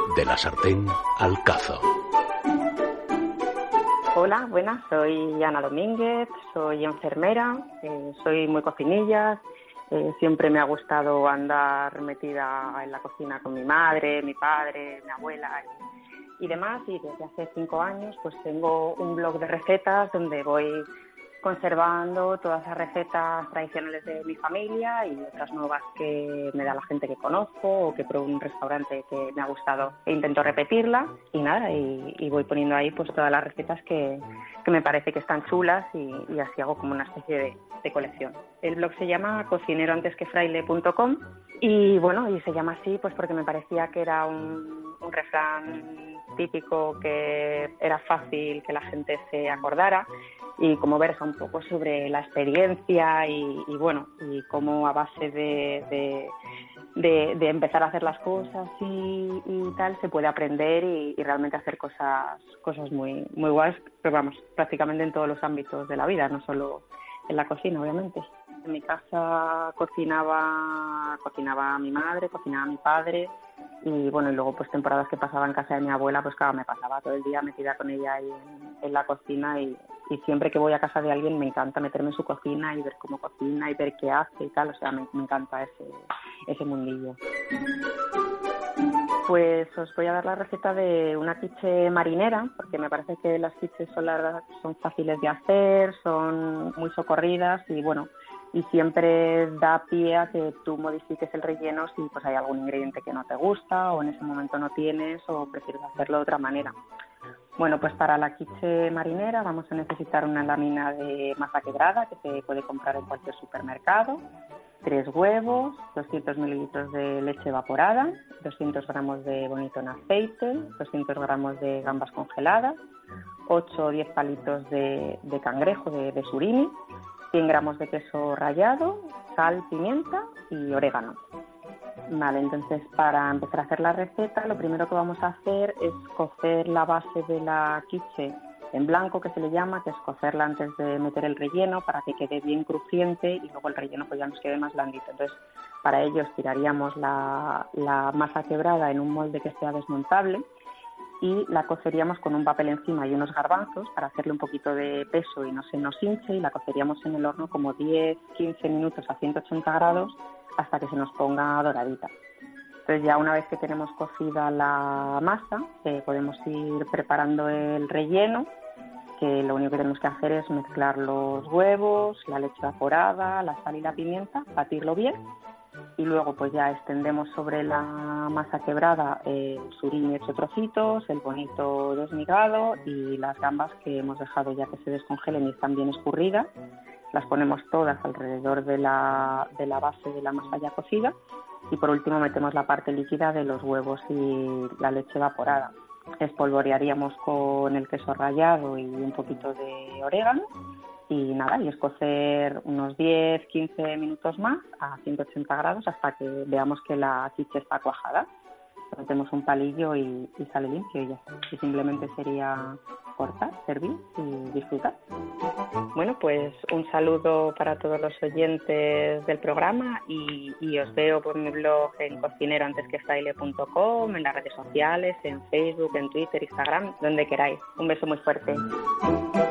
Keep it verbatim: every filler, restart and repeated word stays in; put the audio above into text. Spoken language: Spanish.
De la sartén al cazo. Hola, buenas, soy Ana Domínguez, soy enfermera, eh, soy muy cocinilla, eh, siempre me ha gustado andar metida en la cocina con mi madre, mi padre, mi abuela y, y demás, y desde hace cinco años pues tengo un blog de recetas donde voy conservando todas las recetas tradicionales de mi familia y otras nuevas que me da la gente que conozco o que pruebo en un restaurante que me ha gustado e intento repetirla y nada, y, y voy poniendo ahí pues todas las recetas que, que me parece que están chulas y, y así hago como una especie de, de colección. El blog se llama cocinero antes que fraile punto com y bueno, y se llama así pues porque me parecía que era un, un refrán típico que era fácil que la gente se acordara y como versa un poco sobre la experiencia y, y bueno, y cómo a base de, de, de, de empezar a hacer las cosas y, y tal se puede aprender y, y realmente hacer cosas cosas muy muy guays, pero vamos, prácticamente en todos los ámbitos de la vida, no solo en la cocina, obviamente. En mi casa cocinaba cocinaba mi madre, cocinaba mi padre y bueno, y luego pues temporadas que pasaba en casa de mi abuela, pues claro, me pasaba todo el día metida con ella ahí en, en la cocina y, y siempre que voy a casa de alguien me encanta meterme en su cocina y ver cómo cocina y ver qué hace y tal, o sea, me, me encanta ese, ese mundillo. Pues os voy a dar la receta de una quiche marinera, porque me parece que las quiches son, las, son fáciles de hacer, son muy socorridas y bueno, y siempre da pie a que tú modifiques el relleno si pues hay algún ingrediente que no te gusta o en ese momento no tienes o prefieres hacerlo de otra manera. Bueno, pues para la quiche marinera vamos a necesitar una lámina de masa quebrada que se puede comprar en cualquier supermercado, tres huevos, doscientos mililitros de leche evaporada, doscientos gramos de bonito en aceite, doscientos gramos de gambas congeladas, ocho o diez palitos de, de cangrejo, de, de surimi, cien gramos de queso rallado, sal, pimienta y orégano. Vale, entonces para empezar a hacer la receta lo primero que vamos a hacer es cocer la base de la quiche en blanco, que se le llama, que es cocerla antes de meter el relleno para que quede bien crujiente y luego el relleno pues ya nos quede más blandito. Entonces para ello estiraríamos la, la masa quebrada en un molde que sea desmontable y la coceríamos con un papel encima y unos garbanzos para hacerle un poquito de peso y no se nos hinche, y la coceríamos en el horno como diez a quince minutos a ciento ochenta grados hasta que se nos ponga doradita. Entonces ya una vez que tenemos cocida la masa, eh, podemos ir preparando el relleno, que lo único que tenemos que hacer es mezclar los huevos, la leche evaporada, la sal y la pimienta, batirlo bien y luego pues ya extendemos sobre la masa quebrada el surimi hecho trocitos, el bonito desmigado y las gambas que hemos dejado ya que se descongelen y están bien escurridas. Las ponemos todas alrededor de la, de la base de la masa ya cocida y por último metemos la parte líquida de los huevos y la leche evaporada. Espolvorearíamos con el queso rallado y un poquito de orégano y nada, y es cocer unos diez a quince minutos más a ciento ochenta grados hasta que veamos que la quiche está cuajada. Metemos un palillo y, y sale limpio y ya está. Y simplemente sería cortar, servir y disfrutar. Bueno, pues un saludo para todos los oyentes del programa y, y os veo por mi blog en cocinero antes que fraile punto com, en las redes sociales, en Facebook, en Twitter, Instagram, donde queráis. Un beso muy fuerte.